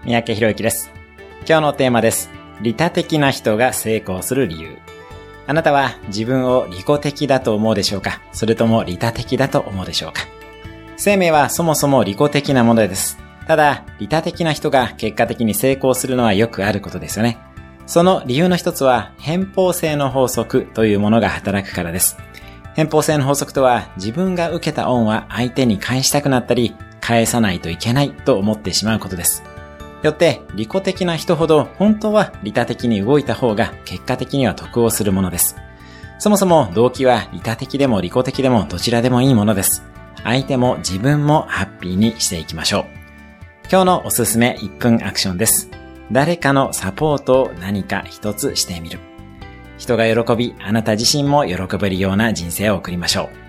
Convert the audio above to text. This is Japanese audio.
三宅博之です。今日のテーマです。利他的な人が成功する理由。あなたは自分を利己的だと思うでしょうか？それとも利他的だと思うでしょうか？生命はそもそも利己的なものです。ただ、利他的な人が結果的に成功するのはよくあることですよね。その理由の一つは、偏方性の法則というものが働くからです。偏方性の法則とは、自分が受けた恩は相手に返したくなったり、返さないといけないと思ってしまうことです。よって、利己的な人ほど本当は利他的に動いた方が結果的には得をするものです。そもそも動機は利他的でも利己的でもどちらでもいいものです。相手も自分もハッピーにしていきましょう。今日のおすすめ1分アクションです。誰かのサポートを何か一つしてみる。人が喜び、あなた自身も喜べるような人生を送りましょう。